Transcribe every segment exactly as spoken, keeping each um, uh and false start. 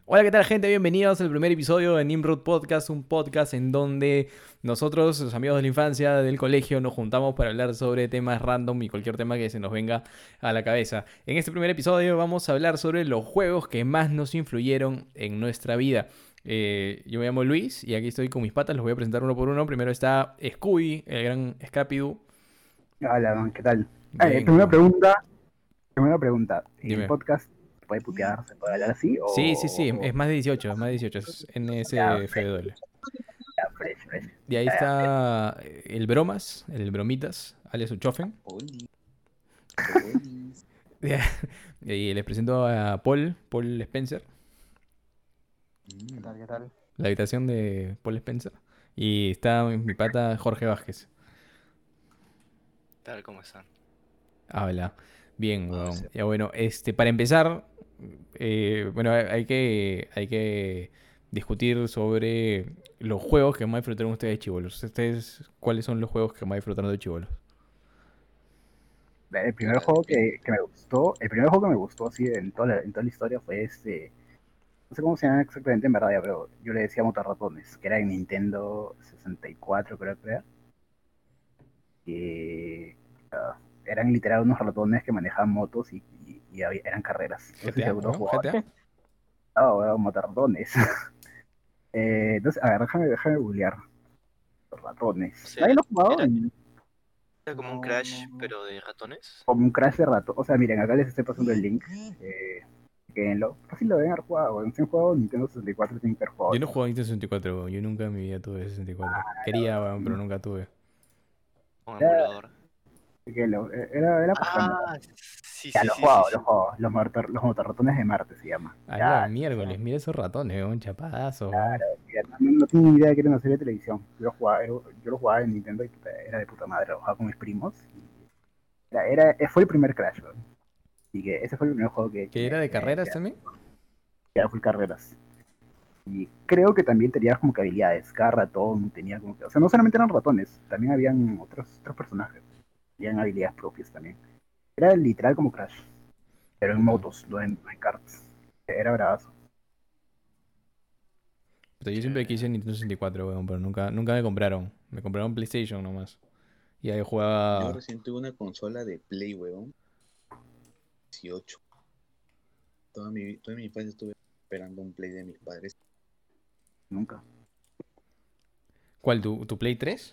Hola, ¿qué tal, gente? Bienvenidos al primer episodio de Nimrod Podcast, un podcast en donde nosotros, los amigos de la infancia, del colegio, nos juntamos para hablar sobre temas random y cualquier tema que se nos venga a la cabeza. En este primer episodio vamos a hablar sobre los juegos que más nos influyeron en nuestra vida. Eh, yo me llamo Luis y aquí estoy con mis patas, los voy a presentar uno por uno. Primero está Scooby, el gran Scapidoo. Hola, man, ¿qué tal? Eh, Bien, primera weón. pregunta, primera pregunta. ¿El Dime. podcast se puede putear, se puede hablar así Sí, sí, sí, o es más de dieciocho, es más de dieciocho, es ya, N S F W. ya, fresh, fresh? De ahí Ya, ya, fresh. está el Bromas, el Bromitas, alias Uchofen. Oli, Olis. Y les presento a Paul, Paul Spencer, ¿Qué Mm, tal, qué tal? la habitación de Paul Spencer. Y está mi pata Jorge Vázquez. Tal como están. Habla. Bien, Ah, o weón. sea, Ya bueno, este, para empezar, eh, bueno, hay hay que, hay que discutir sobre los juegos que más disfrutaron ustedes de chibolos. ¿Ustedes cuáles son los juegos que más disfrutaron de chibolos? El primer puta, juego depende. que, que me gustó, el primer juego que me gustó así en toda la, en toda la historia fue este, no sé cómo se llama exactamente en verdad, ya, pero yo le decía Motorratones, que era en Nintendo sesenta y cuatro, creo que era, que ah, eran literal unos ratones que manejaban motos y, y- y había- eran carreras. No sé si G T A, alguno weón, jugaba. G T A. Ah, weón, Motorratones. Eh, entonces, a ver, déjame, déjame googlear. Los O ratones. sea, ¿Nadie lo ha jugado? era, En- era como un No, Crash, no, no. pero de ratones. Como un crash de rato. O sea, miren, acá les estoy pasando el link. Eh, chequénlo. Fácil lo deben haber jugado, weón. Si han jugado Nintendo sesenta y cuatro, tienen que haber jugado Yo no eso. jugué a Nintendo sesenta y cuatro, weón. Yo nunca en mi vida tuve sesenta y cuatro. Quería, weón, pero nunca tuve. Con Era, emulador. chequénlo. Eh, Era, era bacán. Ah, sí, Ya, sí, los sí, sí, jugado, sí. los jugado. Los, motor, los motorratones de Marte se llama. A la Ya, miércoles, mira esos ratones, weón, chapadazos, weón. ya, no, no, no tengo ni idea de que era una serie de televisión. Yo lo jugaba, era- yo lo jugaba en Nintendo y puta, era de puta madre. Lo jugaba con mis primos. Y era, era, fue el primer Crash, weón. Así que ese fue el primer juego que, que ¿Que me, era de que me, carreras que también? era full carreras. Y creo que también tenía como que habilidades. Cada ratón tenía como que. O sea, no solamente eran ratones, también habían otros, otros personajes. Tenían habilidades propias también. Era literal como Crash, pero en Puta. motos, no en, no en karts. Era bravazo. Puta, yo siempre quise Chévere. Nintendo sesenta y cuatro, weón, pero nunca, nunca me compraron. Me compraron PlayStation nomás. Y ahí Yo jugaba. recién tuve una consola de Play, weón, dieciocho. Toda mi, toda mi infancia estuve esperando un Play de mis padres. Nunca. ¿Cuál? ¿Tu, tu Play tres?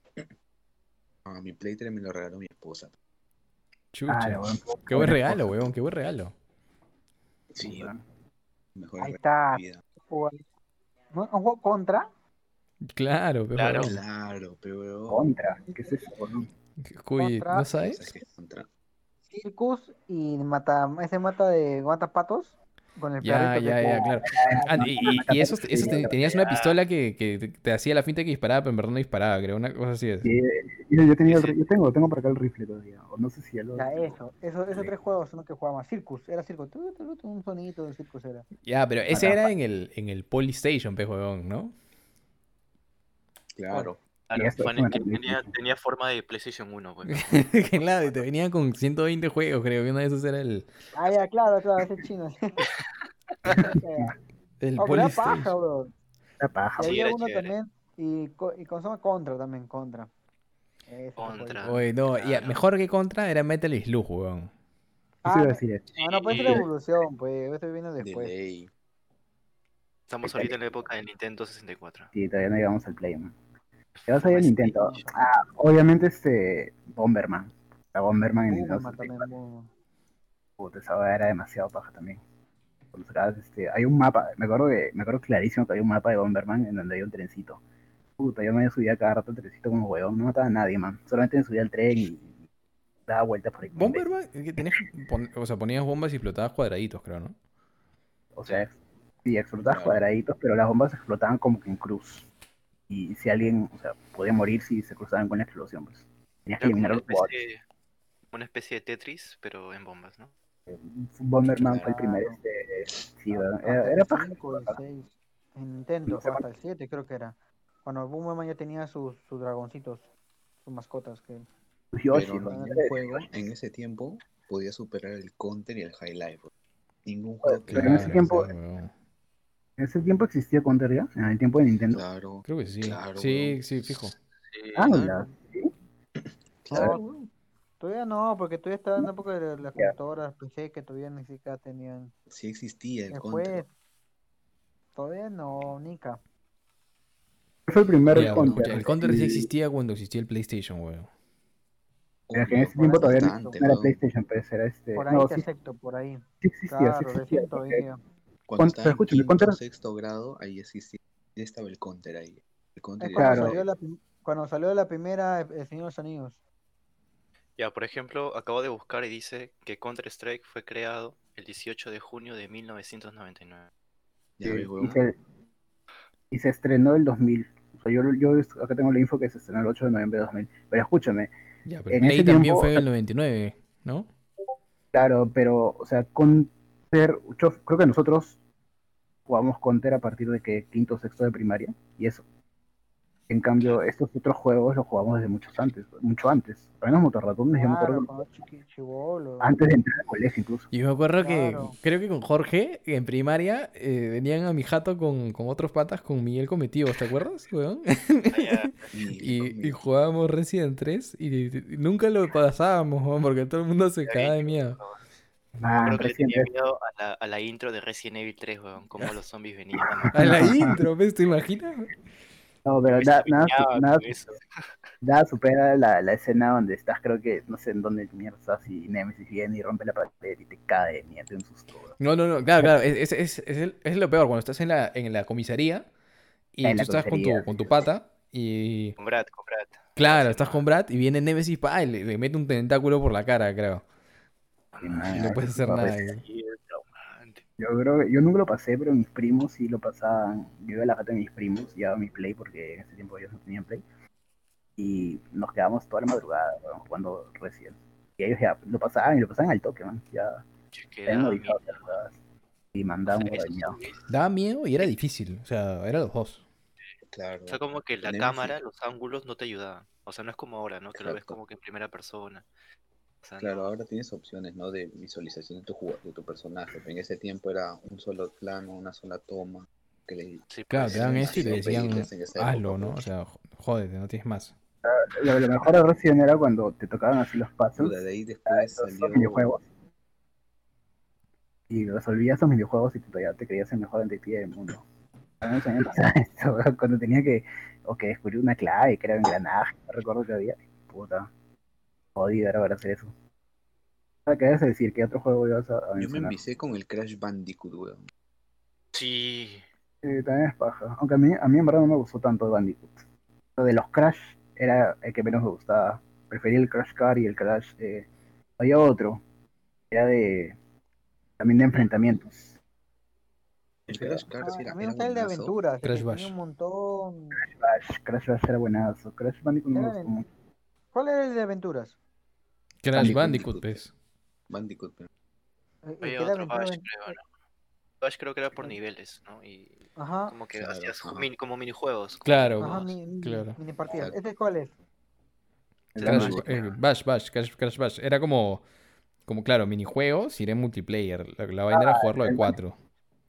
Ah, mi Play tres me lo regaló mi esposa. Ah, Chucha. la buena, Qué buen buena regalo, esposa. weón, qué buen regalo. Sí, Puta. mejor Ahí regalo está. de mi vida. Jugar- ¿No? ¿Un juego contra? Claro, pero Claro. weón. Claro, pero weón. Contra. ¿Qué es eso, weón? Cuy, Contra ¿no ¿No sabes sabes? qué es contra? Circus y mata, ese mata de mata patos con el Ya, perrito que ya, ya, como claro. Ah, y, y, y esos, esos te- tenías una Ah, pistola que, que te- te hacía la finta que disparaba, pero en verdad no disparaba, creo. Una cosa así es. Sí, yo, yo tenía sí, el, sí. ri- yo tengo, tengo por acá el rifle todavía. O no sé si ya lo ya tengo. eso, eso, esos tres juegos son los que jugábamos. Circus, era Circus, tu, tu, tu, un sonito del Circus era. Ya, pero ese Acá, era en el, en el Polystation, pe, huevón, ¿no? ¿Cuál? Claro. y Claro, esto fue es en el una que tenía, PlayStation. tenía forma de PlayStation uno, pues, ¿no? Claro, y te venía con ciento veinte juegos, creo que uno de esos era el, Ah, ya, claro, claro, ese chino. Ya. el Oh, pero era paja, Polystation. bro. La paja, Y Sí, weón. había era uno chévere. también, y, co- y consuma Contra también, Contra. Ese otro jueguito. Contra, Oye, no, y a- claro. mejor que Contra era Metal Slug, huevón. Eso Ah, iba a no, decir eso. ah, no, pues es la Sí, evolución, pues, yo estoy viendo De después. ley. estamos ahorita en la época del Nintendo sesenta y cuatro. Sí, todavía no llegamos al Play, man. ¿Qué vas a ir Fuma a Nintendo? Stage. Ah, obviamente este Bomberman. La Bomberman en Nintendo Bomberman también, sesenta y cuatro. Bomberman. Puta, esa weá era demasiado paja también. Cuando sacabas, este, hay un mapa, me acuerdo que, me acuerdo clarísimo que había un mapa de Bomberman en donde había un trencito. Puta, yo me subía cada rato al trencito como huevón, no mataba a nadie, man. Solamente me subía al tren y daba vueltas por ahí como imbécil. Bomberman, es que tenías que pon- o sea, ponías bombas y explotabas cuadraditos, creo, ¿no? O Sí. sea, sí, explotabas Claro. cuadraditos, pero las bombas explotaban como que en cruz. Y si alguien, o sea, podía morir si se cruzaban con la explosión, pues. Tenías que Era como eliminar a una los jugadores. especie, una especie de Tetris, pero en bombas, ¿no? Bomberman fue el Claro. primer, Claro. este, sí, Ah, weón, hasta era, el era paja. cinco, el seis. En Nintendo No sé fue hasta cuánto. el siete, creo que era. Cuando Bomberman ya tenía sus, sus dragoncitos, sus mascotas. Que... Yoshi, Pero weón, ningún era de juego Yoshi. en ese tiempo podía superar el Counter y el High Life, weón. Ningún Joder, juego que pero en ese Claro, tiempo, pues, huevón. En ese tiempo existía Counter ya, en el tiempo de Nintendo. Claro, Creo que sí. claro, sí, weón. sí, fijo. Sí, Ah, claro. ya, sí. Claro, No, weón. todavía no, porque todavía estaba en la época de las Ya. computadoras P C que todavía ni siquiera tenían. Sí existía el Después, Counter. todavía no, Nica. ¿Cuál fue el primer Ya, pero Counter? escucha, el Counter sí El- existía cuando existía el PlayStation, weón. Era que en Obvio, ese tiempo Por ahí todavía bastante, no era weón. PlayStation, pues era este. Por ahí No, te sí, acepto, por ahí. sí existía, sí Claro, existía. recién Porque, todavía. Cuando Con- estaba pero en escúchame, quinto o Counter, sexto grado, ahí existía. Ya estaba el Counter ahí. El Counter Es y el cuando claro, salió Counter. la, prim- cuando salió la primera eh, El Señor de los Anillos. Ya, por ejemplo, acabo de buscar y dice que Counter-Strike fue creado el dieciocho de junio de mil novecientos noventa y nueve. Ya ves, eh, y, weón. se, y se estrenó el dos mil. O sea, yo, yo acá tengo la info que se estrenó el ocho de noviembre de dos mil. Pero escúchame, Ya, pero el en Play ese también tiempo, fue o en sea, el noventa y nueve, ¿no? claro, pero, o sea, Counter, yo creo que nosotros jugamos Counter a partir de que quinto o sexto de primaria, y eso. En cambio, Claro. estos otros juegos los jugamos desde muchos antes, mucho antes. Al menos Motorratones, yo me acuerdo Claro, que cuando chiqui chivolo. antes de entrar al colegio incluso. Y me acuerdo que, Claro. creo que con Jorge, en primaria, eh, venían a mi jato con, con otros patas, con Miguel Cometivos, ¿te acuerdas, weón? Ah, ya. Miguel Y, y conmigo. jugábamos Resident tres y, y nunca lo pasábamos, weón, porque todo el mundo se Ya cagaba de bien, miedo. yo Ah, creo que le recién. tenía miedo a la, a la intro de Resident Evil tres, weón. Cómo los zombies venían a A la matar. intro, ¿ves? ¿Te imaginas? No, Yo pero me nada, nada, su- soñaba nada, con eso. nada supera la, la escena donde estás, creo que, no sé en dónde mierda estás, y Nemesis viene y rompe la pared y te cae de mierda, te da un susto. weón. No, no, no, claro, claro, es, es, es, es el- es lo peor, cuando estás en la, en la comisaría y En tú la estás con comisaría. tu, con tu pata y... Con Brad, con Brad. Claro, Recién estás no. con Brad y viene Nemesis, pa, y le, le mete un tentáculo por la cara, creo. Sí, Y man, no ese puedes hacer tipo de nada. veces. güey. Sí, es traumante. Yo creo que, yo nunca lo pasé, pero mis primos sí lo pasaban. Yo iba a la casa de mis primos, llevaba mi Play porque en ese tiempo ellos no tenían Play. Y nos quedábamos toda la madrugada, weón, jugando Resident. Y ellos ya lo pasaban y lo pasaban al toque, man. Ya Yo habían quedaba modificado miedo. las jugadas y O mandaban sea, un esos dañado. zombies. Daba miedo y era difícil, o sea, eran los dos. Claro. O sea, como que la Nemesis, cámara, los ángulos no te ayudaban. O sea, no es como ahora, ¿no? Que lo ves exacto. como que en primera persona. O sea, Claro, no. ahora tienes opciones, ¿no? De visualización de tu, jugua- de tu personaje. Pero en ese tiempo era un solo plano, una sola toma. Que le Sí, Claro, te pues. daban tenían esto y te demasiado decían, pedibles en esa hazlo, época, ¿no? pues. O sea, j- jódete, no tienes más. Lo, lo mejor de Resident era cuando te tocaban así los puzzles, Puta, de ahí después los, los salió. videojuegos, y resolvías esos videojuegos y tú ya te creías el mejor detective del mundo. A mí también me pasaba eso, weón, cuando tenía que, o que descubrir una clave, que era un engranaje, no recuerdo que había. Puta, jodido era para hacer eso. ¿Qué debes decir? ¿Qué otro juego ibas a, a Yo me mencionar? envicié con el Crash Bandicoot, weón. Sí. Sí, también es paja. Aunque a mí, a mí en verdad no me gustó tanto Bandicoot. Lo de los Crash era el que menos me gustaba. Preferí el Crash Car y el Crash. Eh, había otro, era de también de enfrentamientos. El Ese Crash era Car Ah, sí a era, mí me era gusta el de buenazo. aventuras, el Crash que tenía Bash. un montón. Crash Bash. Crash Bash era buenazo. Crash Bandicoot no me Era gustó de- mucho. ¿Cuál era el de aventuras? Crash Bandicoot. Bandicoot, pues. Bandicoot, pero- El, el Había que era otro aventura. Bash, aven- creo, eh, ¿no? Bash creo que era por niveles, ¿no? Y Ajá, como que Claro, hacías ju- ajá. mini- como minijuegos. Como Claro, ajá, minijuegos. mi, mi- claro. mini partidas. Exacto. ¿Este cuál es? El Se llama Crash, Bandicoot. eh, Bash, Bash, Crash, Crash Bash. Era como, como claro, minijuegos y era multiplayer. La, la vaina era jugarlo de el cuatro.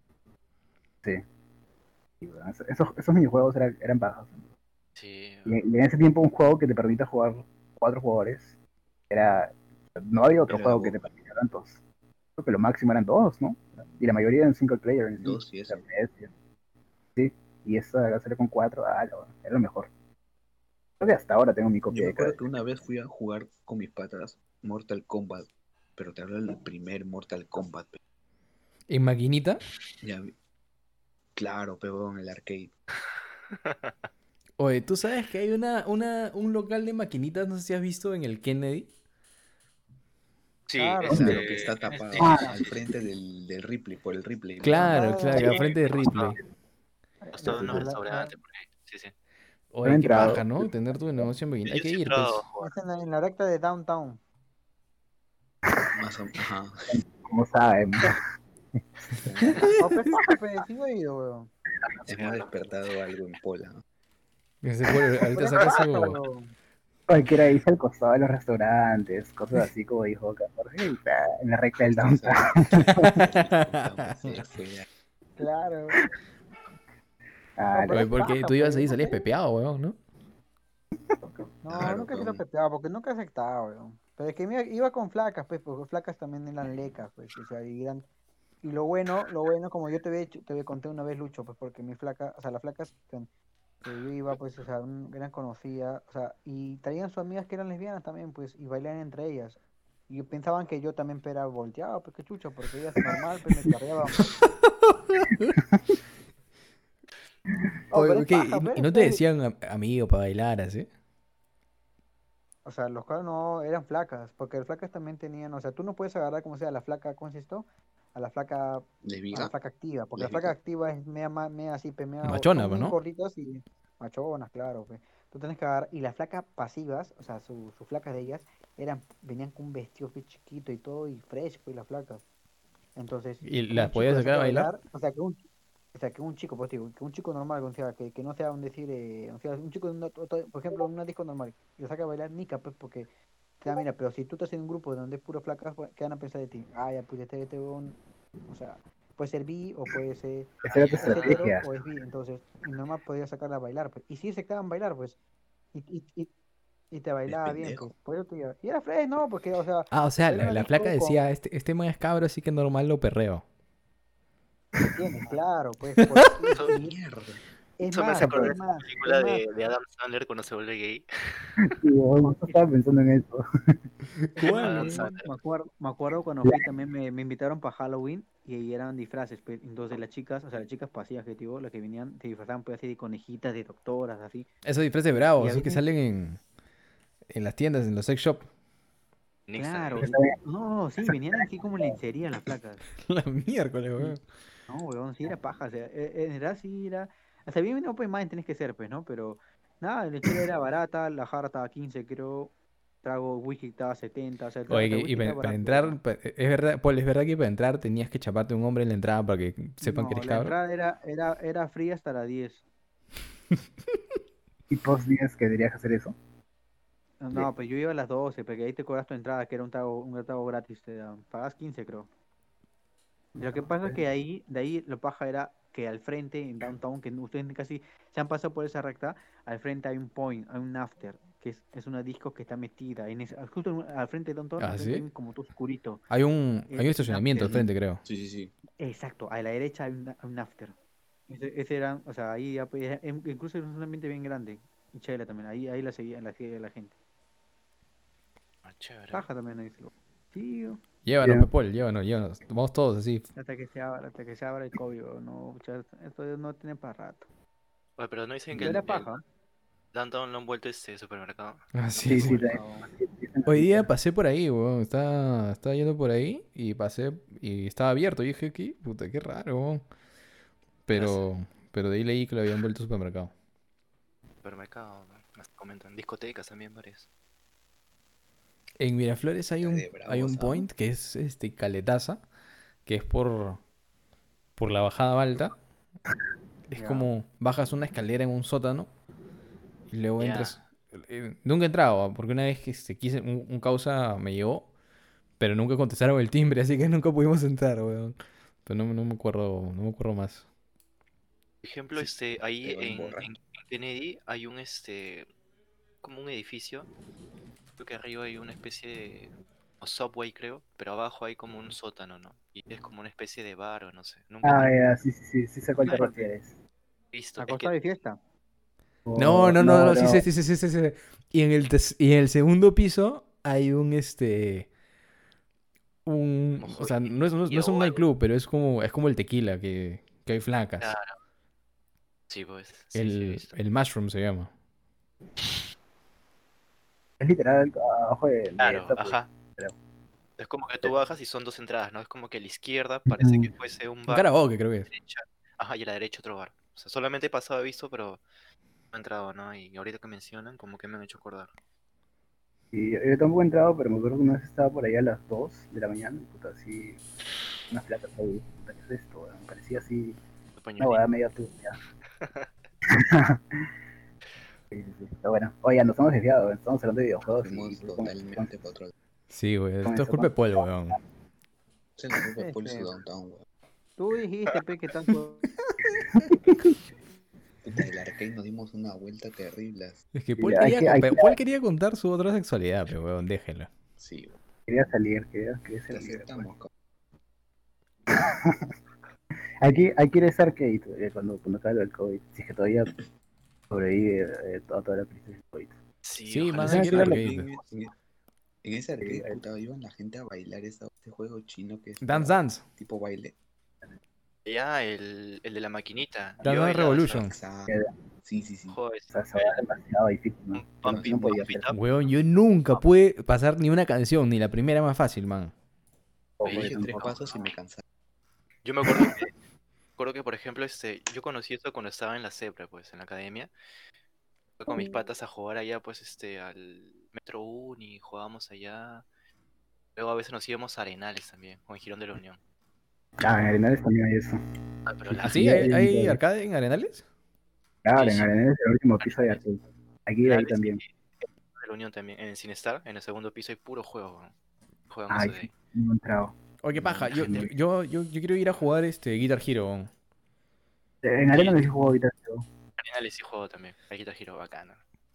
Sí. Sí, bueno, esos, esos esos minijuegos eran, eran bajas. Sí. Y, y en ese tiempo un juego que te permita jugar cuatro jugadores era. No había otro Era juego que te Boca. permitiera tantos. Creo que lo máximo eran dos, ¿no? Y la mayoría eran single player. En sí. Dos y eso. La P S. Sí. Y esa hacerlo con cuatro, ah, lo- era lo mejor. Creo que hasta ahora tengo mi Yo copia me de acuerdo Crash. que una vez fui a jugar con mis patas Mortal Kombat, pero te hablo del primer Mortal Kombat. pe. En maquinita. Ya vi- Claro, pero en el arcade. Oye, ¿tú sabes que hay una, una, un local de maquinitas, no sé si has visto en el Kennedy? Sí, Claro. este. Claro, que está tapado sí, Ah, sí, al sí. frente del, del Ripley, por el Ripley. ¿no? Claro, Ajá, claro, que al Sí, frente de me ha costado, Ripley. me ha costado la- unos la- la- restaurantes por ahí. Sí, sí. no he Oye, qué entrado. paja, ¿no? Tener tu negocio en maquinita. Hay Yo que sí he ir, pues. entrado a jugar. es en la, en la recta de Downtown. Más o- ajá. Como saben. Oh, pero está, pe, sí no he ido, weón. Hemos despertado algo en Pola. ¿no? Ese pueblo- ahorita Pero saca es su... barato, weón. Cualquiera dice al costado de los restaurantes, cosas así como dijo Jorge, y ta, en la recta del Sí, downtown. ¿sabes? Sí, fue- Claro. Ah, pero Oye, es porque paja, tú ibas pues, ahí y no salías sé. pepeado, weón, ¿no? No, Claro, nunca se lo weón. aceptaba, porque nunca aceptaba, weón. Pero es que iba, iba con flacas, pues, porque flacas también eran lecas, pues, o sea, y eran... Y lo bueno, lo bueno, como yo te había, hecho- te había conté una vez, Lucho, pues, porque mi flaca, o sea, las flacas con que yo iba, pues, o sea, un- eran conocidas, o sea, y traían sus amigas que eran lesbianas también, pues, y bailaban entre ellas. Y pensaban que yo también era volteado, pues, qué chucha, porque ellas normal, pues, me carreaban, pues. Oh, pero Oye, es ¿qué? paja, ¿Y y pero no es te que decían am- amigo para bailar así? o sea, los cuales no eran flacas, porque las flacas también tenían, o sea, tú no puedes agarrar como sea a la flaca, ¿cómo es esto? A la flaca, a la ¿Lesbica? flaca activa, porque la flaca ¿Lésbica? activa es media, ma- media así, pe, media- o- Machona, son pues, muy ¿no? gorditas y machonas, claro, pe. Tú tienes que agarrar, y las flacas pasivas, o sea, su- sus flacas de ellas, eran, venían con un vestido pe, chiquito y todo, y fresco, y las flacas. Entonces, ¿Y que las un chico podías la sacar saque a a bailar? bailar, o sea, que un, o sea, que un chico, pues digo, que un chico normal, o sea, que, que no sea un decir, eh, o sea, un chico, de una- otra- por ejemplo, en una disco normal, y lo saca a bailar, nica, pues, porque, ya, mira, pero si tú estás en un grupo donde es puro flacas, pues, ¿qué van a pensar de ti? Ah, ya, pues, este, este, huevón, o sea, puede ser bi, o puede ser, esa era tu es hetero, estrategia. o es bi, entonces, y normal podía sacarla a bailar, pues, y si se quedaban a bailar, pues, y, y, y, y te Es bailaba bien, pues, pendejo. por eso te digo, y era fresh, no, porque, o sea, Ah, o sea, era la, una la flaca disco con, decía, este, este man es cabro, así que normal lo perreo. ¿me entiendes? Claro, pues, por, y, Eso, y Mierda. es eso me más, hace Esa acordar es de pues, esa más, es película más. de, de Adam Sandler cuando se vuelve gay. sí, yo justo estaba pensando en eso. ¿Cuál, Adam Sí, weón? Sandler. me acuerdo, me acuerdo cuando fui también me, me invitaron para Halloween y ahí eran disfraces, pues, entonces las chicas, o sea, las chicas pasivas que te digo, las que venían, se disfrazaban pues así de conejitas, de doctoras, así, Esos disfraces y bravos, esos que había, salen en, en las tiendas, en los sex shop. En Instagram. claro, Esa- y- no, sí, venían así como lencería las placas, La miércoles, y, weón. no, weón, sí era paja, o sea, e- en realidad sí era, hasta bien no pues más tenés que ser, pues, ¿no? Pero, nada, la lechera era barata, la jarra estaba quince creo, trago whisky estaba setenta o sea, el, tra- Oye, hasta el que- y whisky pa- estaba para barato, entrar, pa- es verdad, Paul, es verdad que para entrar tenías que chaparte un hombre en la entrada para que sepan que no, eres la cabro. entrada era, era, era fría hasta las diez. Y post días que dirías hacer eso. No, pues yo iba a las doce porque ahí te cobras tu entrada, que era un trago, un trago gratis, te daban. Pagas quince creo. Y lo que pasa es que ahí, de ahí lo paja era que al frente, en Downtown, que ustedes casi se han pasado por esa recta, al frente hay un point, hay un after, que es, es una disco que está metida. En ese, justo en- al frente de Downtown, al Ah, frente hay ¿sí? un como todo oscurito. Hay un, Es, hay un es un estacionamiento al after. frente, creo. Sí, sí, sí. Exacto, a la derecha hay un, un after. Ese, ese era, o sea, ahí ya, pues, em- incluso es un ambiente bien grande. Y chévere también, ahí, ahí la seguía, la seguía la gente. Ah, chévere. Paja también ahí. Sí, Llévanos, Ya. Pepol, llévanos, llévanos. Vamos todos así. hasta que se abra, hasta que se abra el código, no, muchachos, esto no tiene para rato. Oye, pero no dicen que Pero el, era el paja. Downtown lo han vuelto este supermercado. Ah, No, sí, Sí, sí, sí. también. puta, Sí, sí, está en la Hoy día noticia. pasé por ahí, weón. Estaba, estaba yendo por ahí y pasé y estaba abierto. Y dije, ¿qué? Puta, qué raro, weón. Pero, pero de ahí leí que lo habían vuelto supermercado. Supermercado, ¿no? Más comentan. Discotecas también varias. En Miraflores hay Está un, de hay bravos, un ¿ah? point que es este Caletaza, que es por, por la bajada alta. Es ya. como bajas una escalera en un sótano y luego Ya. entras. eh, Nunca he entrado, ah, porque una vez que se quise, un, un causa me llevó, pero nunca contestaron el timbre, así que nunca pudimos entrar, weón. Pero no, no me acuerdo, no me acuerdo más. Por ejemplo, Sí, este, te ahí van a en, borrar. en Kennedy hay un este como un edificio. Creo que arriba hay una especie de o subway, creo, pero abajo hay como un sótano, ¿no? Y es como una especie de bar o no sé. Nunca he Ah, entrado. ya, sí, sí, sí, sí sé a cuál te Fiesta, pe. refieres. He visto. Es que Acostado de fiesta. No, Oh, no, no, no, no, sí, sí, no. sí, sí, sí, sí, sí. Y en el, tes- y en el segundo piso hay un, este, un, como o sea, no es, no es, no joyería es un o algo. nightclub, pero es como, es como el tequila, que, que hay flacas. Claro, sí, pues, sí, sí, he El, visto. el Mushroom se llama. Es literal abajo de, de Claro, Subway, ajá. creo. Es como que tú bajas y son dos entradas, ¿no? Es como que a la izquierda parece que Ujú. fuese un Un bar, karaoke, creo que a la es. derecha, ajá, y a la derecha otro bar. O sea, solamente he pasado, he visto, pero no he entrado, ¿no? Y ahorita que mencionan, como que me han hecho acordar. Y yo, yo tampoco he entrado, pero me acuerdo que una vez estaba por ahí a las dos de la mañana, y puta, así, unas placas ahí, puta, ¿qué es esto? weón? Parecía así, Tu una pañuelito. hueá medio turbia. Sí, sí, sí, pero bueno, oye, nos hemos desviado, estamos hablando de videojuegos y Fuimos justo comenzó totalmente para otro lado. Sí, güey. Esto es comenzó culpa de con... Paul, weón. Esa es la culpa de Este, Police Downtown, weón. tú dijiste, pe, que tanto. Puta, el arcade nos dimos una vuelta terrible. Es que Sí, Paul hay quería, que- hay Pe- que- Paul quería contar su otra sexualidad, pero weón, déjenlo. Sí, weón. Quería salir, quería, quería Te ser libre, pues. aceptamos, cabrón. Hay que, hay que ir a ese arcade eh, cuando, cuando acabe el COVID. Si es que todavía sobrevive eh, toda, toda la crisis del COVID. Sí, Sí, ojalá man, sí hay que ir al salga. arcade. En, en- en ese arcade, Sí, puta, iban la gente a bailar esa- ese juego chino que es Dance para- Dance. tipo baile. Ya, el, el de la maquinita. Dance Yo Dance bailaba esa- Revolution. Exacto. Sí, sí, sí. Joder, O sea, se va demasiado difícil, ¿no? un Que no- pump que no it, podía pump it hacer. up. Weón, yo nunca pude pasar ni una canción, ni la primera más fácil, man. Ojo, Dije yo tres tampoco. pasos y me cansaba. Yo me acuerdo que, me acuerdo que, por ejemplo, este, yo conocí esto cuando estaba en la CEPRE, pues, en la academia. Fue con mis patas a jugar allá, pues, este, al Metro Uni, jugábamos allá. Luego a veces nos íbamos a Arenales también, o en Girón de la Unión. Ah, en Arenales también hay eso. Ah, pero Sí, la ¿Ah, sí, sí? ¿Hay, hay- hay hay- arcade en Arenales? Claro, Sí, en sí. Arenales es el último piso de arcade. Aquí de ahí Arenales también. y Girón de la Unión también. En Cinestar, en el segundo piso hay puro juego. ¿no? Juegan Ay, eso de sí, ahí. no he entrado. Oye, qué paja. Yo, yo, Sí. yo, yo, yo quiero ir a jugar este Guitar Hero. weón. En Arenales sí juego ahorita. pero- Arenales sí juego también. Aquí está Giro bacana.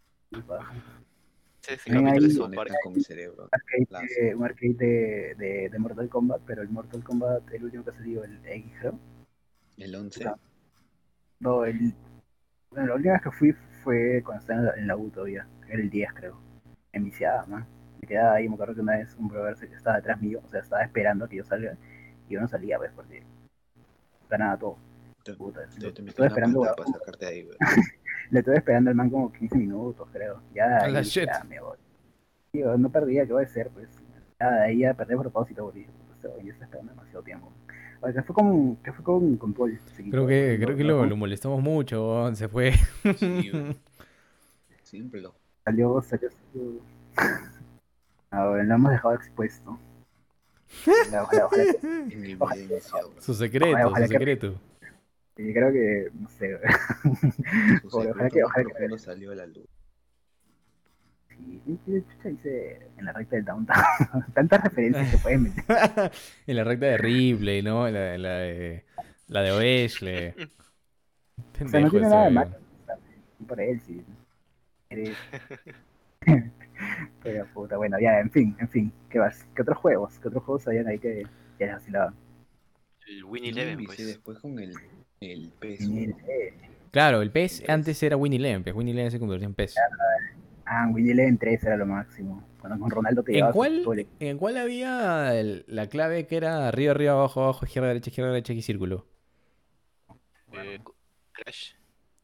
Ese, ese También capítulo de hay- South Park. Conectan con mi cerebro. Arcade Las- de- un arcade de, de, de Mortal Kombat, pero el Mortal Kombat, el último que ha salido, el X, creo. El once. No. No, el. Bueno, la última vez que fui fue cuando estaba en la, en la U todavía. Era el diez, creo. Enviciada, man. Me quedaba ahí, me acuerdo que una vez un brother se- estaba detrás mío, o sea, estaba esperando a que yo salga. Y yo no salía, pues, porque ganaba todo. Te, Puta, te, lo- te metí estuve una esperando, patada para sacarte de ahí, weón. le estuve esperando al man como quince minutos, creo. Ya de A ahí la dije, shit. ya me voy. Tío, no perdía, ¿qué voy a hacer? Pues ya de ahí ya perdí a propósito, porque dije, puta, este güey ya está esperando demasiado tiempo. Oye, ¿qué fue con, qué fue con, con Paul? Se Creo quitó, que, ¿no? creo que ¿No? lo, lo molestamos mucho. weón, Se fue. Sí, weón. Siempre lo. Salió, salió su... Ahora lo hemos dejado expuesto. Ojalá, ojalá, ojalá que- En evidencia, weón. Su secreto, Ojalá, ojalá su que- secreto. y creo que, no sé, Su Ojalá secreto que- más ojalá que- profundo salió a la luz. sí, ¿qué chucha hice en la recta del downtown? Tantas referencias que pueden meter. En la recta de Ripley, ¿no? La, la de, la de Oeshle. O sea, no Pendejo tiene ese, nada de weón. malo. o sea, por él, si eres... Pero puta, bueno, ya, en fin, en fin, ¿qué vas? ¿Qué otros juegos? ¿Qué otros juegos habían ahí que ya les vacilaban? El Win Yo me Eleven, envicié pues. después con el, el P E S. Winnie weón. Eleven. Claro, el P E S antes era Winnie Eleven, pues Winnie Eleven se convirtió en P E S. Ah, Winnie Eleven tres era lo máximo. Cuando con Ronaldo te ¿En llevabas cuál, todo el- ¿En cuál había el- la clave que era arriba, arriba, abajo, abajo, izquierda, derecha, izquierda, derecha y círculo? Eh, Crash.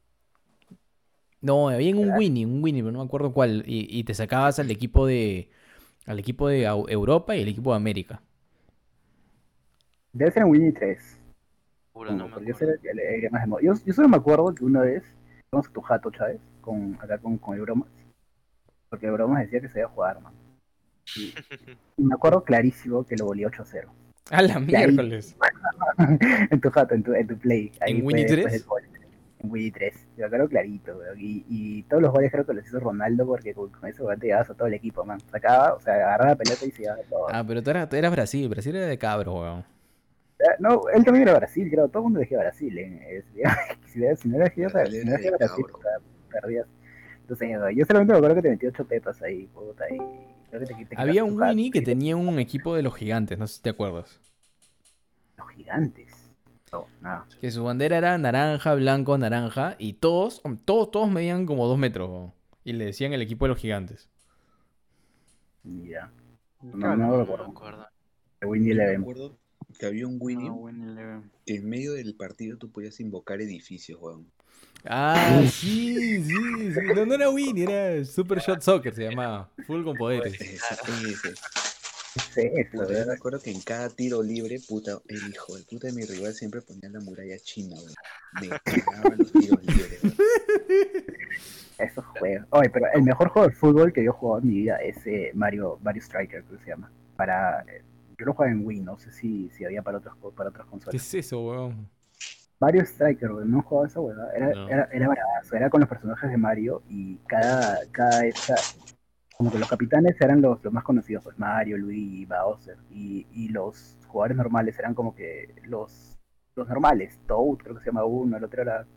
No, había un Winnie, un Winnie, pero no me acuerdo cuál. Y, y te sacabas al equipo de al equipo de Au- Europa y el equipo de América. Debe ser en Winnie tres. Puro, no me porque yo, acuerdo. sé que le- le- más de moda. yo, yo solo me acuerdo que una vez fuimos a tu jato, Chávez, con, acá con, con el Bromas. Porque el Bromas decía que se iba a jugar, man. Y, y me acuerdo clarísimo que lo volví ocho a cero. ¡A la ahí- miércoles! en tu jato, en tu, en tu play. Ahí ¿En fue Winnie después tres? del gol. En Winnie tres. Me acuerdo clarito, weón. Y, y todos los goles creo que los hizo Ronaldo porque con, con ese gol te llevabas a todo el equipo, man. Sacaba, o sea, agarraba la pelota y se llevaba a todo. Ah, pero tú eras, tú eras Brasil, Brasil era de cabros, weón. No, él también era Brasil, creo. Todo el mundo elegía Brasil. ¿eh? Si, si, si no elegía Brasil si no era elegía de Brasil, cabro. puta, perdías. Entonces, yo solamente me acuerdo que te metí ocho pepas ahí, puta. Y creo que te, te Había quitaste un tu hat, Winnie que y tenía un equipo de los gigantes, no sé si te acuerdas. Los gigantes. No, nada. Que su bandera era naranja, blanco, naranja. Y todos, todos, todos medían como dos metros, weón. Y le decían el equipo de los gigantes. Mira. No, Claro. no No lo me recuerdo. acuerdo. De Winnie Yo me Eleven. acuerdo que había un Winnie Ah, Winnie Eleven. que en medio del partido tú podías invocar edificios, weón. Ah, sí, sí, sí. No, no era Winnie, era Super Shot Soccer, se llamaba. Full con poderes. Esa- ese. Sí, eso, Puta, yo me ¿verdad? acuerdo que en cada tiro libre, puta, el hijo de puta de mi rival siempre ponía la muralla china, weón. Me cagaba los tiros libres, weón. Esos juegos. Oye, pero el mejor juego de fútbol que yo he jugado en mi vida es eh, Mario, Mario Striker, creo que se llama. Para, eh, yo lo jugaba en Wii, no sé si, si había para otros para otras ¿Qué consolas. es eso, weón? Mario Striker, güey, no jugaba esa huevada. Era, No. era, era bravazo, era con los personajes de Mario y cada, cada esa, como que los capitanes eran los, los más conocidos, pues Mario, Luigi, Bowser, y, y los jugadores normales eran como que los, los normales, Toad creo que se llama uno, el otro era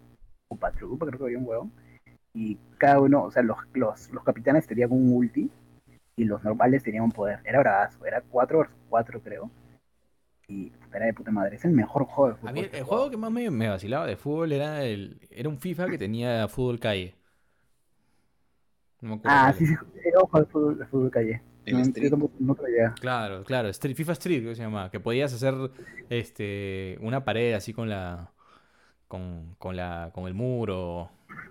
Upa Trupa, creo que había un huevón. Y cada uno, o sea, los, los, los capitanes tenían un ulti y los normales tenían un poder. Era bravazo, era cuatro versus cuatro creo. Y era de puta madre. Es el mejor juego de A mí fútbol el, que he el jugado. juego que más me, me vacilaba de fútbol era el era un FIFA que tenía fútbol calle. No me acuerdo Ah, cuál sí, es. sí, era un juego de fútbol, de fútbol calle. El No, yo Street. tampoco no traía. Claro, claro, Street, FIFA Street creo que se llamaba, que podías hacer este una pared así con la con, con la con el muro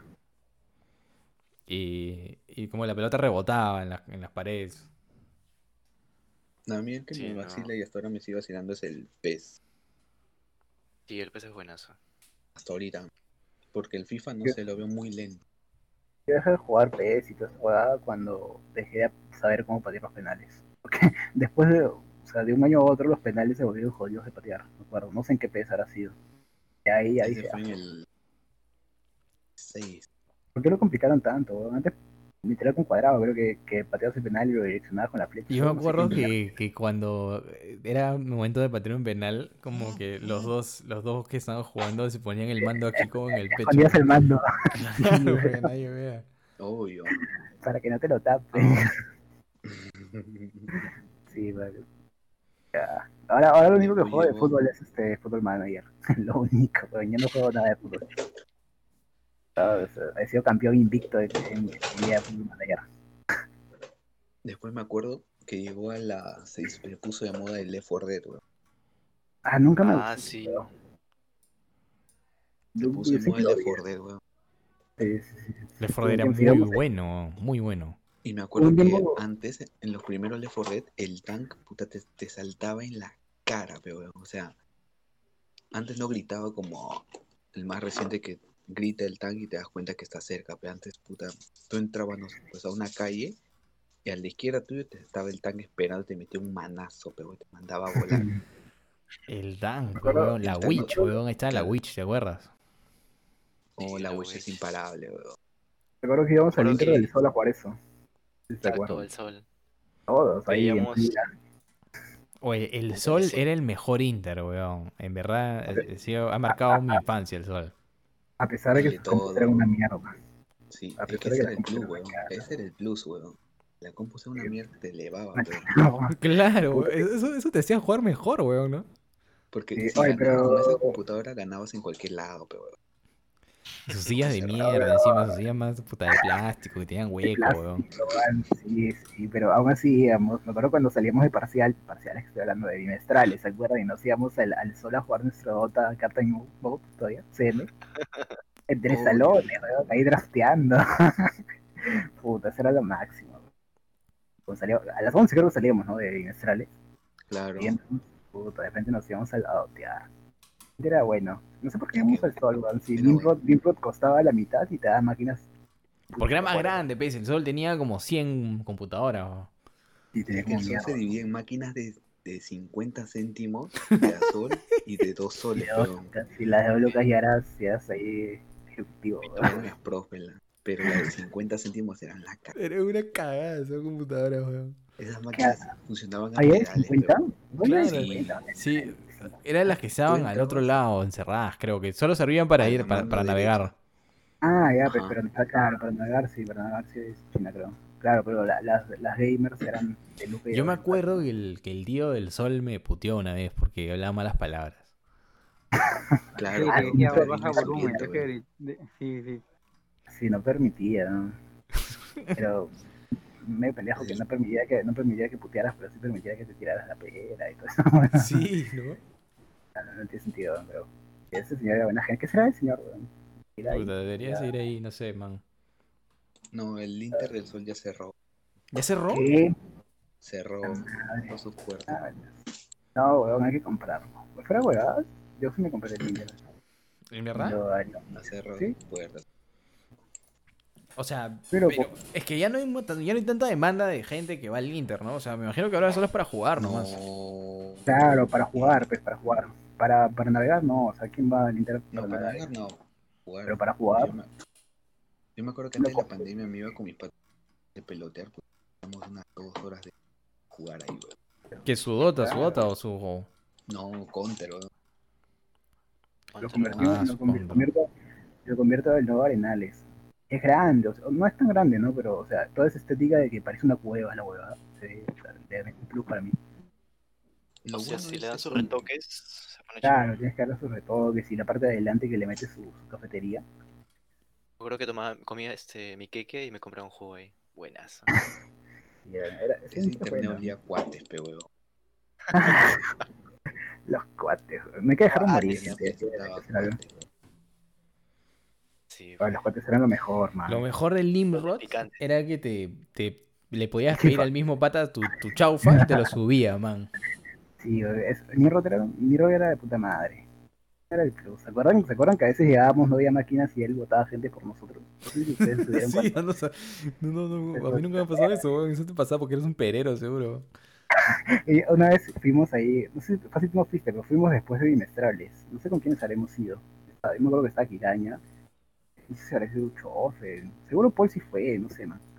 y, y como la pelota rebotaba en, la- en las paredes. No, a mí el que Sí, me no. vacila y hasta ahora me sigue vacilando es el PES. Sí, el P C es buenazo. Hasta ahorita. Porque el FIFA, no Yo, sé, lo veo muy lento. yo dejé de jugar P S y toda esa jugada cuando dejé de saber cómo patear los penales. Porque después de, o sea, de un año a otro los penales se volvieron jodidos de patear. No acuerdo, no sé en qué P S habrá sido. Y ahí ya Ese dije, fue ah, en el seis. ¿por qué lo complicaron tanto, weón? Antes, literal con cuadrado, creo que, que pateabas el penal y lo direccionabas con la flecha. Y yo me No sé acuerdo qué que, que cuando era momento de patear un penal, como que los dos, los dos que estaban jugando se ponían el mando aquí como en el pecho. escondías el mando. Claro, para que nadie vea. Obvio. Para que no te lo tapes. Ah, Sí, vale. Ya. Ahora, ahora lo único que Después juego de llegó. fútbol es este Football Manager. Lo único, pero yo no juego nada de fútbol. Ah, o sea, he sido campeón invicto en, en, en Liga de Football Manager. Después me acuerdo que llegó a la. Se se puso de moda el Left four Dead, weón. Ah, nunca me ah, gustó. sí. Pero Se yo, puso yo de moda siempre el lo Left vi. four Dead, weón. Sí, sí, sí, sí. Left four Hubo Dead un era tiempo, muy digamos, bueno, muy bueno. Y me hubo acuerdo un que tiempo- antes, en los primeros Left four Dead, el tank, puta, te, te saltaba en la cara, pero, weón. O sea, antes no gritaba como el más reciente que grita el tank y te das cuenta que está cerca, pero antes, puta, tú entrabas, no sé, pues a una calle y a la izquierda tuyo te estaba el tank esperando, te metía un manazo, pero te mandaba a volar. El Dunk, acuerdo- weón, la el Dunk, Witch, weón, ahí está la claro. Witch, ¿te acuerdas? Oh, Sí, la la Witch es Witch. imparable, weón. recuerdo que íbamos al Recuerdo Inter que- del Sol a jugar eso. Sí, ¿te Exacto, acuerdas? el sol. Todos ahí en Veíamos. fila. Oye, el Puta, Sol ese- era el mejor Inter, weón. En verdad, A ver. eh, sí, ha marcado mi infancia el Sol. A pesar de que de sus compus todo. eran una mierda. Sí, A es que pesar de ese que era las el compus plus, eran una weón. cagada. Ese era el plus, weón. La compu era una Sí. mierda, te elevaba, Una pero. cagada. Claro, Puta que- eso, eso te hacía jugar mejor, weón, ¿no? Porque Sí, si oye, ganabas con esa pero computadora, ganabas en cualquier lado, pero. weón. Y sus sillas de Cerrado. mierda, encima, sus sillas más puta de plástico, que tenían de hueco, weón. plástico, weón, sí, sí, pero aún así íbamos, me acuerdo cuando salíamos de parcial, parciales que estoy hablando de bimestrales, ¿se acuerdan? Y nos íbamos al, al sol a jugar nuestro Dota Captain Mode todavía, C M, entre Obvio. salones, weón, ahí drafteando. Puta, eso era lo máximo. Weón. Cuando salió- a las once creo que salíamos, ¿no? De bimestrales. Claro. Y entonces, puta, de repente nos íbamos a dotear. Era bueno. No sé por qué Es íbamos que al sol, weón. Si era Nimrod, bueno. Nimrod costaba la mitad y te daba máquinas. Porque era puta, más bueno, grande, pese. El Sol tenía como cien computadoras, weón. Y tenía Es que como el sol se mierda. dividía en máquinas de, de cincuenta céntimos de a sol y de dos Y soles, de dos weón. lucas, si las de dos lucas ya eras, ya eras ahí ejecutivo, Tú weón. eras próspera, pero las de cincuenta céntimos eran la cara. Era una cagada esa computadora, weón. Esas máquinas funcionaban a ¿Ahí hay pedales, cincuenta? pero ¿Dónde hay Claro, cincuenta? sí. Eran las que estaban al otro entrabas- lado, encerradas, creo que. Solo servían para A ir, la para, mano para derecha. navegar. Ah, ya, pues, Ajá. pero ah, claro, para navegar sí, para navegar sí es China, creo. Claro, pero la- las, las gamers eran de Lupe y Yo me dos lucas. acuerdo que el, que el tío del Sol me puteó una vez porque hablaba malas palabras. Claro, Sí, Ah, le pero sí, decía pero- niño baja volumen, saliente, deje weón. de- de- sí, sí. Sí, no permitía, ¿no? Pero medio pendejo que no permitía que, no permitía que putearas, pero sí permitía que te tiraras la pera y todo eso. Bueno, Sí, ¿no? no, no tiene sentido, pero ese señor era buena gente. ¿Qué será el señor, weón? Era ahí, Puta, deberías era- ir ahí, no sé, man. No, el Inter del Sol ya cerró. ¿Ya cerró? ¿Qué? Cerró, Madre. cerró sus puertas. Ah, no, weón, hay que comprarlo. Pues fuera huevadas, yo sí me compré el Inter. ¿En verdad? Lo haría. Ha cerrado Sí. sus puertas. O sea, Pero, pero es que ya no, hay, mo- ya no hay tanta demanda de gente que va al Inter, ¿no? O sea, me imagino que ahora solo es para jugar nomás. No. Claro, para jugar, pues para jugar. Para, para navegar, no. O sea, ¿quién va al Inter No, para para navegar? navegar no. Jugar. Pero para jugar. Yo me, yo me acuerdo que No antes de la puedo. pandemia me iba con mis padres de pelotear, pues teníamos unas dos horas de jugar ahí, weón. ¿Que su Dota, su Claro. Dota o su... No, Counter, weón. Lo convertimos, Ah, lo supongo. convirtió, lo convierto al nuevo Arenales. Es grande, o sea, no es tan grande, ¿no? Pero, o sea, toda esa estética de que parece una cueva la huevada. Se ve, o sea, le da un plus para mí. Lo O sea, bueno si es le dan eso, sus retoques, se pone Claro, chévere. tienes que darle sus retoques y la parte de adelante que le mete su, su cafetería. Yo creo que tomaba, comía este, mi queque y me compraba un jugo ahí. Buenazo. Y era, era, ese ese intro fue, internet ¿no? olía a cuates, pe huevo. Los cuates, weón. Me que dejaron Ah, morir, ese gente. apestaba a Ese era- cuates. Sí, oh, pues. los cuates eran lo mejor, man. Lo mejor del Los Nimrod picantes. era que te, te le podías Sí, pedir fa. al mismo pata tu, tu chaufa y te lo subía, man. Sí, es, Niro era, Niro era de puta madre. Era el plus. ¿Se acuerdan, ¿Se acuerdan que a veces llegábamos, no había máquinas y él botaba gente por nosotros? No sé si ustedes se dieron Sí, cuenta. no, sé. no, no, no, a Eso- mí nunca me ha pasado eso, weón. Eso te pasaba porque eres un perero, seguro. Y una vez fuimos ahí, no sé, fácil no fuiste, pero fuimos después de bimestrales. No sé con quiénes habremos ido. Estaba- Yo me acuerdo que estaba Kiraña. No sé si habrá sido Chofe. Seguro Paul sí fue, no sé, man.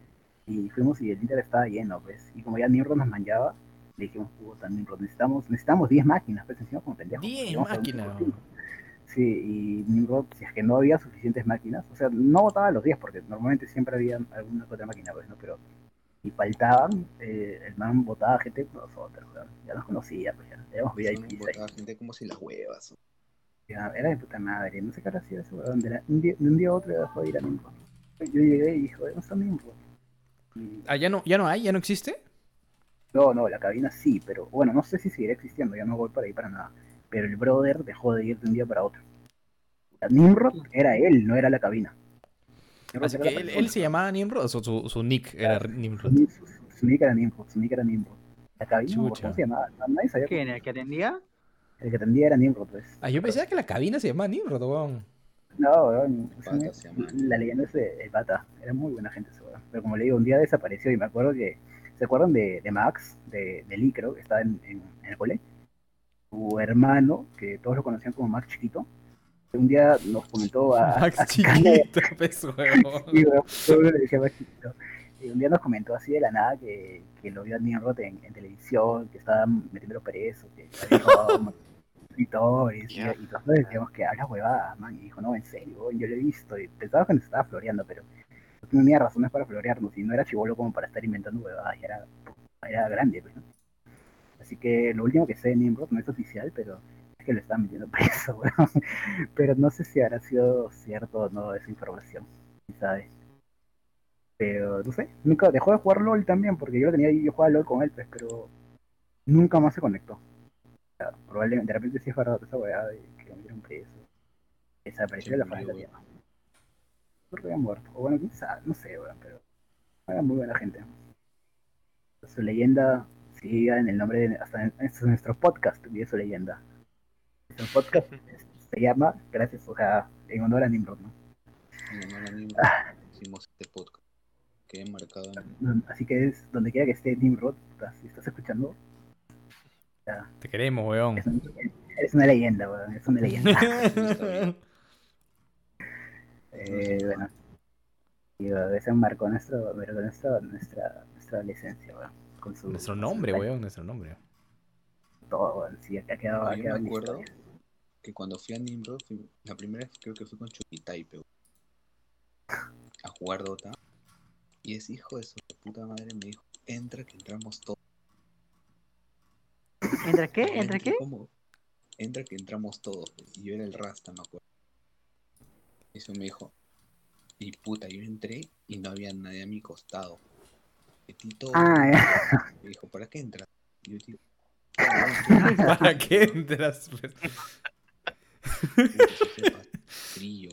Y fuimos y el Inter estaba lleno, pues. Y como ya Nimrod nos manchaba, le dijimos, puta, Nimrod, necesitamos, necesitamos diez máquinas, pues encima como pendejos. porque Diez íbamos a un máquinas, cinco weón. cinco. Sí, y Nimrod, si es que no había suficientes máquinas, o sea, no votaba los diez porque normalmente siempre había alguna otra máquina, pues, ¿no? Pero si faltaban, eh, el man votaba gente con nosotros, weón. Ya nos conocía, pues ya, éramos Eso V I Ps ahí. botaba gente como si las huevas. Ya, era de puta madre, no sé qué hacía ese weón. De, la- un día, de un día a otro dejó de ir a Nimrod. Yo llegué y dije, ¿dónde está Nimrod? Y Ah, ¿ya no, ya no hay? ¿Ya no existe? no, no, la cabina sí, pero bueno, no sé si seguirá existiendo, ya no voy para ahí para nada. Pero el brother dejó de ir de un día para otro. O sea, Nimrod era él, no era la cabina. Nimrod Así era la que él, él persona. se llamaba Nimrod, o su, su, su nick era Su, Nimrod. su, su, su nick era Nimrod, su nick era Nimrod. La cabina, ¿cómo Chucha. se llamaba? No, nadie sabía cómo ¿Quién? se ¿El llamaba. que atendía? El que atendía era Nimrod, pues. Ah, yo pensaba que la cabina se llamaba Nimrod, weón. No, weón, ese Pata me- se llama. la leyenda es de el pata. Era muy buena gente ese weón. Pero como le digo, un día desapareció y me acuerdo que. ¿Se acuerdan de, de Max, de, de Lee, creo, que estaba en, en, en el cole? Su hermano, que todos lo conocían como Max Chiquito, un día nos comentó a, Max a chiquito, pues, Sí, weón. weón, todo el mundo le decía Max Chiquito. Y un día nos comentó así de la nada que, que lo vio a Nimrod en, en televisión, que estaba metiéndolo preso, que había robado un escritores, y, Ya. y nosotros decíamos que habla huevada, man, y dijo, no, en serio, weón, yo lo he visto, y pensaba que nos estaba floreando, pero no tenía razones para florearnos, y no era chivolo como para estar inventando huevadas, ya era, era grande, pues, ¿no? Así que lo último que sé de Nimrod no es oficial, pero es que lo estaban metiendo preso, weón. Pero no sé si habrá sido cierto o no esa información, quién sabe. Pero no sé, nunca dejó de jugar LOL también, porque yo lo tenía yo jugaba LOL con él, pues, pero nunca más se conectó. O sea, probablemente, de repente sí es verdad esa weá de que lo metieron preso. Desapareció de Se la faz de la murió, tierra. Creo que había muerto. O bueno, quién sabe, no sé, weón, pero era muy buena gente. Su leyenda sigue en el nombre de hasta en, este es nuestro podcast, vive su leyenda. Nuestro podcast se llama, gracias, o sea, en honor a Nimrod, ¿no? En honor a Nimrod, hicimos este podcast. Quedé marcado en Así que es donde quiera que esté Nimrod, puta, si estás escuchando, ya, Te queremos, weón. es, un- es una leyenda, weón, es una leyenda. Eh, bueno, y uh, ese marcó nuestro, marcó nuestro, nuestra, nuestra adolescencia, weón, con su, Nuestro con su nombre, detalle, weón, nuestro nombre. todo, weón, sí, ha quedado, No, ha yo quedado me en la acuerdo historia. que cuando fui a Nimrod, fui- la primera vez creo que fui con Chukitaipe a jugar Dota. Y ese hijo de su puta madre me dijo, entra que entramos todos. ¿Entra qué? Y yo ¿Entra entré qué? como, entra que entramos todos. Y yo era el Rasta, me acuerdo. Y eso me dijo, y puta, yo entré y no había nadie a mi costado. Metí todo. Ah, ya. Me dijo, ¿para qué entras? Y yo digo, "Ah, ¿Para qué entras? Pues? puta, se sepa, frío.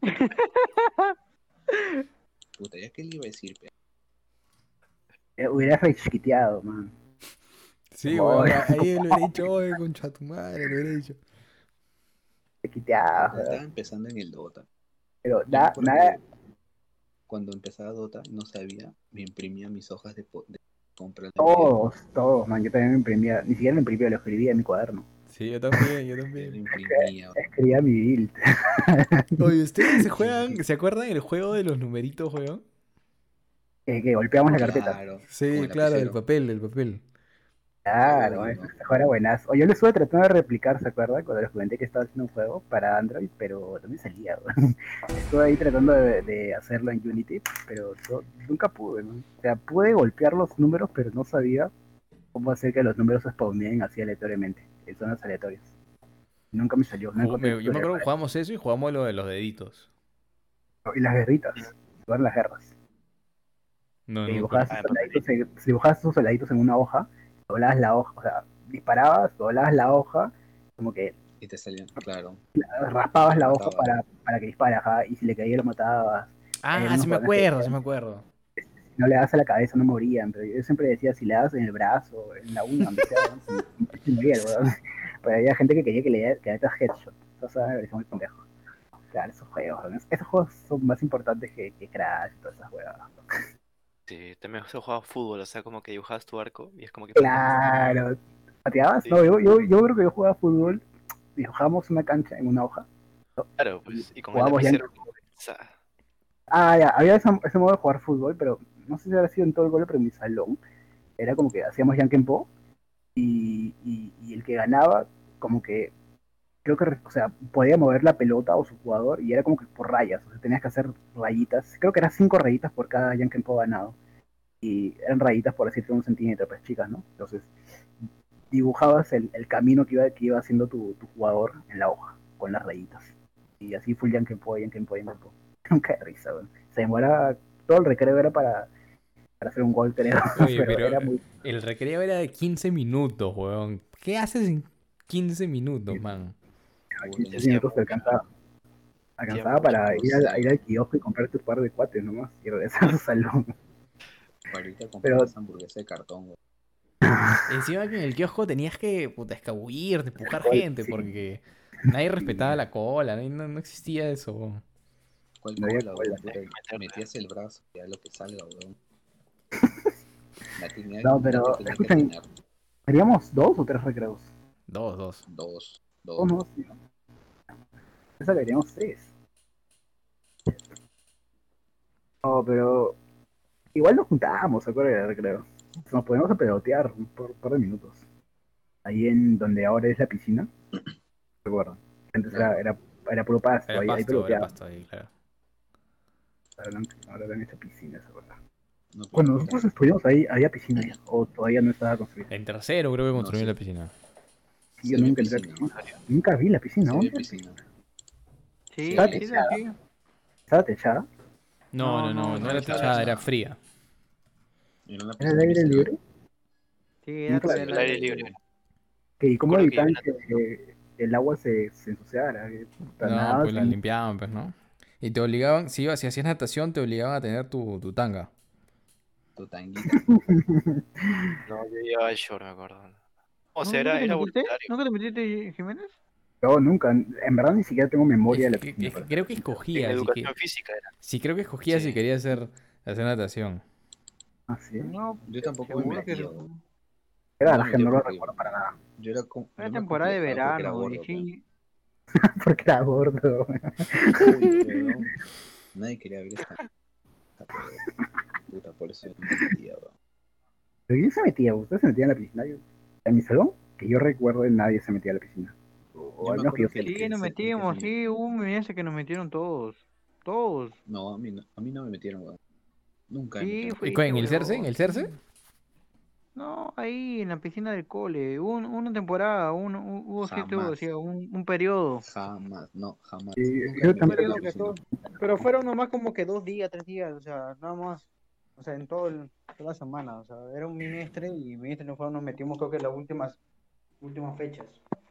Puta, ¿ya qué le iba a decir? Pe? Eh, hubiera rechiquiteado, man. Sí, Como, weón, ahí lo hubiera dicho, oye, concha tu madre, lo hubiera dicho. rechiquiteado, Puta, estaba weón. empezando en el Dota. Pero Yo me da, acuerdo nada, que cuando empezaba Dota, no sabía, me imprimía mis hojas de, po- de compra de video. todos, todos, man, yo también me imprimía, ni siquiera lo imprimía, lo escribía en mi cuaderno. Sí, yo también, yo Yo lo también. imprimía. Escribía mi build. Oye, ¿ustedes se juegan, se acuerdan del juego de los numeritos, weón? Que, que golpeamos la carpeta. Claro, con Sí, el claro, el lapicero. papel, el papel. Claro, Uy, ese no. juego era buenazo. O yo lo estuve tratando de replicar, ¿se acuerda? Cuando les comenté que estaba haciendo un juego para Android, pero no me salía, weón. Estuve ahí tratando de, de hacerlo en Unity, pero to- nunca pude, ¿no? O sea, pude golpear los números, pero no sabía cómo hacer que los números se spawneen así aleatoriamente, en zonas aleatorias. Nunca me salió, no Ju- encontré me- Yo me tutorial acuerdo que para jugábamos eso y jugábamos lo de los deditos. eso. Y las guerritas, jugar las guerras. No, Que no me dibujabas acuerdo. Ah, sus en soldaditos, papelito. en- dibujabas sus soldaditos en una hoja, doblabas la hoja, o sea, disparabas, doblabas la hoja, como que Y te salían, claro. raspabas Los la hoja matabas. para, para que dispare, ajá, y si le caía lo matabas. Hay Ah, algunos sí me jugadores que acuerdo, sí decían, me acuerdo. si no le das a la cabeza no morían, pero yo siempre decía, si le das en el brazo, en la uña, donde sea, ¿no? si, si moría el weón. Pero había gente que quería que le diera que le diera headshot. Entonces me parecía muy pendejo. Claro, esos juegos, ¿no? Esos juegos son más importantes que, que Crash y todas esas huevadas. Sí, también se jugaba fútbol, o sea, como que dibujabas tu arco y es como que pateabas. Claro. ¿Pateabas? Sí, No, yo, yo, yo creo que yo jugaba fútbol, dibujábamos una cancha en una hoja claro, y pues, y con el jugábamos ya. lapicero. sa- Ah, ya, había ese, ese modo de jugar fútbol, pero no sé si habrá sido en todo el cole, pero en mi salón era como que hacíamos Yankenpo y, y, y el que ganaba, como que, creo que, o sea, podía mover la pelota o su jugador y era como que por rayas, o sea, tenías que hacer rayitas, creo que eran cinco rayitas por cada Yankenpo ganado y eran rayitas por decirte un centímetro, pues chicas, ¿no? Entonces, dibujabas el, el camino que iba, que iba haciendo tu, tu jugador en la hoja, con las rayitas. Y así fue el Yankenpo, Yankenpo, Yankenpo. Nunca de risa, weón. Se demora, todo el recreo era para, para hacer un gol, creo, Oye, pero pero era muy... el recreo era de quince minutos, weón. ¿Qué haces en quince minutos, man? Puta, quince yo minutos te mucho. alcanzaba, Hacía alcanzaba mucho. para ir al, a ir al kiosco y comprarte un par de cuates nomás y regresar a su salón. Ahorita compré Pero esa hamburguesa de cartón, güey. Encima que en el kiosco tenías que, puta, escabullirte, empujar gol, gente, sí, porque nadie sí, respetaba la cola, no, no- no existía eso, weón. ¿Cuál no había cola, cola. weón? Puta, Meterla. metías el brazo y ya lo que salga, weón. La tenía, No, la que pero tenía que escuchen, tener. ¿teníamos dos o tres recreos? Dos, dos. Dos, Dos, dos. no, sí, ¿no? Esa que teníamos tres. No, pero igual nos juntábamos, ¿se acuerdan del recreo? Nos podíamos a pelotear un par, par de minutos. Ahí en donde ahora es la piscina, recuerdo. Antes Claro. era, era, era puro pasto, Era ahí, ahí pasto, era peloteaba. pasto ahí, claro. Ahora no- ahora en esta piscina, ¿se acuerdan? No, pero Cuando no nosotros era- estuvimos ahí, había piscina ya, o todavía no estaba construida. En tercero creo que No, construyeron sí. la piscina. Sí, Sí yo había nunca entré a la piscina. piscina. Nunca vi la piscina, Sí había ¿dónde? piscina. Sí, Sí, Estaba sí, techada, sí. estaba techada. No, No, no, no, no, no no, era estaba techada, era techada. fría. Era una ¿Era el piscina aire micelar. libre? Sí, era Nunca la todavía vi. el El aire aire libre. ¿Qué? ¿Y cómo Recuerdo que evitaban iban a- que el agua se, se ensuciara? Que puta, No, nada, pues la sin- limpiaban, pues, ¿no? Y te obligaban, si, ibas- si hacías natación, te obligaban a tener tu, tu tanga. Tu tanguita. No, yo llevaba el short, me acuerdo. O ¿Nu- sea, ¿Nunca era, te era metiste? voluntario. ¿Nunca te metiste, Jiménez? Yo nunca, en verdad ni siquiera tengo memoria Es de la que, piscina. es que para creo ser que sincero. En escogía, así que... educación física era. Sí, creo que escogía si Sí. quería hacer, hacer natación. Ah, sí. No, Yo tampoco me seguro que metía, sí. weón. Era No la me que metía no lo porque recuerdo para nada. yo era como, Era yo me temporada de acomplejaba porque era verano, y gordo, sí. Porque era gordo. Uy, weón. Nadie quería ver esta, esta weón. Puta, por eso yo no me metía, weón. Pero ¿quién se metía? ¿Ustedes se metían en la piscina? Yo- en mi salón, que yo recuerdo, nadie se metía a la piscina. O, o Yo al me menos que yo acuerdo que el sepa. Sí, que nos se, el que metimos, se sí, hubo un mes que nos metieron todos. Todos. No, a mí no, a mí no me metieron, weón. Nunca me Sí, metieron. ¿Y fuiste, cuál, en el Cerce? ¿En huevón, el Cerce? sí. No, ahí en la piscina del cole. Hubo un- una temporada, un- hu- hubo siete, hubo, Jamás, sí, un, un periodo. jamás, no, jamás. Y Nunca yo me Un metieron tampoco. a periodo la que piscina. todo. Pero fueron nomás como que dos días, tres días, o sea, nada más. O sea, en todo el, toda la semana. O sea, era un bimestre y bimestre no fueron, nos metimos creo que en las últimas, últimas fechas.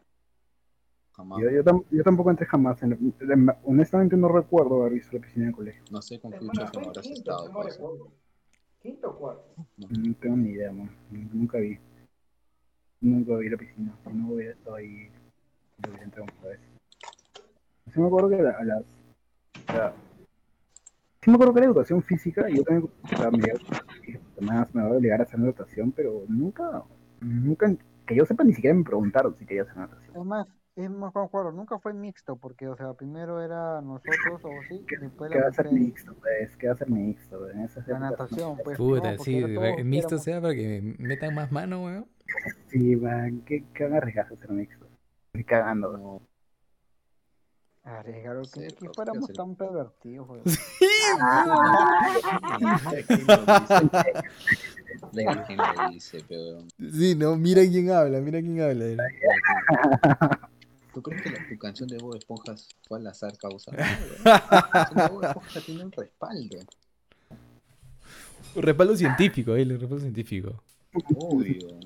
Jamás, Yo, yo, weón. tam- yo tampoco entré jamás. En la- en- honestamente no recuerdo haber visto la piscina en el colegio. No sé con qué Hermano, chucha fue no en habrás quinto, estado, si no pues. recuerdo. ¿Quinto o cuarto? No. No tengo ni idea, man. Nunca vi. Nunca vi la piscina. Si no hubiera estado ahí, no hubiera entrado otra vez. Sí me acuerdo que a, la- a las... o sea, sí me acuerdo que era educación física y yo también, o sea, me, dije, "Puta, más me va a obligar a hacer natación", pero nunca, nunca, que yo sepa, ni siquiera me preguntaron si quería hacer natación. Es más, es más, Juan Juan, nunca fue mixto, porque, o sea, primero era nosotros o sí, ¿Qué, después qué las va a ser mujeres. mixto? Pues, ¿qué va a ser mixto? En esas La épocas no natación, sé. pues, Puta, no, porque sí, era todos mixto éramos- sea para que metan más mano, weón. Sí, man, qué, qué van a arriesgarse a hacer mixto. Estoy cagando. No, Arriesgar, Sí, que, que pero fuéramos ¿qué hacer? tan pervertidos, weón. Sí, mira quién lo dice. Mira quién lo dice, pero. sí, no, mira quién habla, mira quién habla. ¿Tú crees que la- tu canción de Bob Esponja fue al azar causa? No, weón. La canción de Bob Esponja tiene un respaldo. Un respaldo científico, eh, un respaldo científico. Obvio.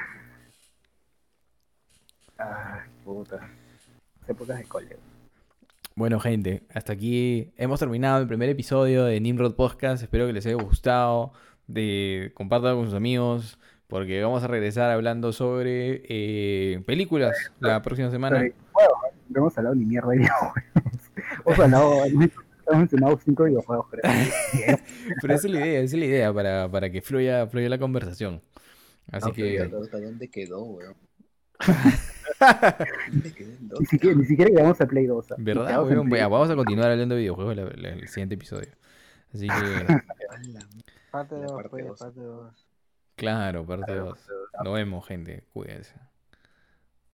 Ah, puta. Épocas de cole. Bueno, gente, hasta aquí hemos terminado el primer episodio de Nimrod Podcast. Espero que les haya gustado. De compartan con sus amigos. Porque vamos a regresar hablando sobre eh, películas la próxima semana. Sobre juegos, no hemos hablado ni mierda de videojuegos. Hemos hablado, hemos mencionado cinco videojuegos, creo. Pero esa es la idea, esa es la idea para, para que fluya, fluya la conversación. Así No, que. ¿Y la torta dónde quedó, weón? ¿Dónde quedó el Ni Dota? siquiera, ni siquiera llegamos a Play dos. ¿Verdad, Nos quedamos en weón? Play Vaya, vamos a continuar hablando de videojuegos en la- la- el siguiente episodio. Así que, A la Parte La dos, parte pues, dos. parte dos. claro, parte Claro, dos. Nos vemos, gente. Cuídense.